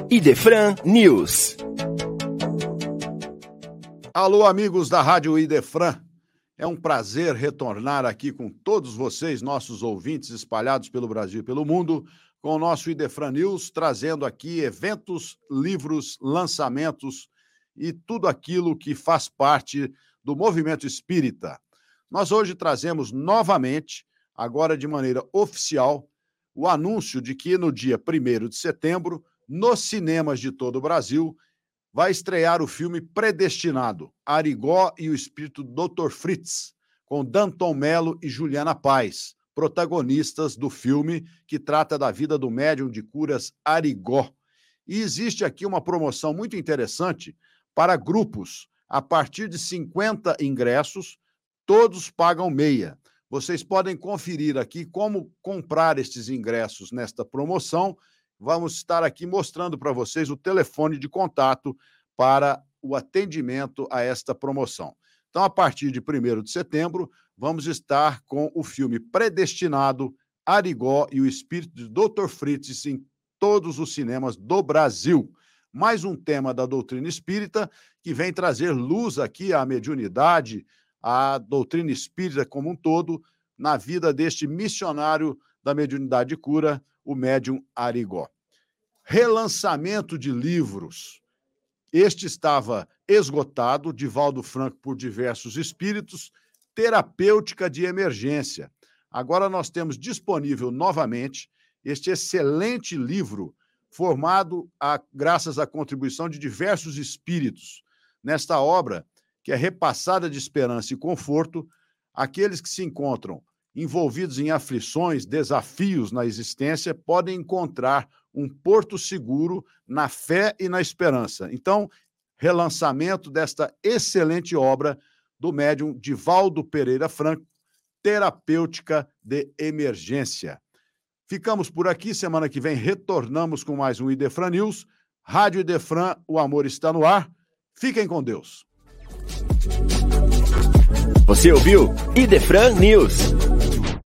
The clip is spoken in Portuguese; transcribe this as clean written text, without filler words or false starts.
Idefran News. Alô, amigos da Rádio Idefran. É um prazer retornar aqui com todos vocês, nossos ouvintes espalhados pelo Brasil e pelo mundo, com o nosso Idefran News, trazendo aqui eventos, livros, lançamentos e tudo aquilo que faz parte do movimento espírita. Nós hoje trazemos novamente, agora de maneira oficial, o anúncio de que no dia 1º de setembro, nos cinemas de todo o Brasil, vai estrear o filme Predestinado, Arigó e o Espírito do Dr. Fritz, com Danton Mello e Juliana Paz, protagonistas do filme que trata da vida do médium de curas Arigó. E existe aqui uma promoção muito interessante para grupos. A partir de 50 ingressos, todos pagam meia. Vocês podem conferir aqui como comprar estes ingressos nesta promoção. Vamos estar aqui mostrando para vocês o telefone de contato para o atendimento a esta promoção. Então, a partir de 1º de setembro, vamos estar com o filme Predestinado, Arigó e o Espírito de Dr. Fritz em todos os cinemas do Brasil. Mais um tema da doutrina espírita que vem trazer luz aqui à mediunidade, à doutrina espírita como um todo, na vida deste missionário da mediunidade de cura, o médium Arigó. Relançamento de livros. Este estava esgotado, Divaldo Franco por diversos espíritos, Terapêutica de Emergência. Agora nós temos disponível novamente este excelente livro, formado graças à contribuição de diversos espíritos. Nesta obra, que é repassada de esperança e conforto, aqueles que se encontram envolvidos em aflições, desafios na existência, podem encontrar um porto seguro na fé e na esperança. Então, relançamento desta excelente obra do médium Divaldo Pereira Franco, Terapêutica de Emergência. Ficamos por aqui, semana que vem retornamos com mais um Idefran News. Rádio Idefran, o amor está no ar. Fiquem com Deus. Você ouviu Idefran News.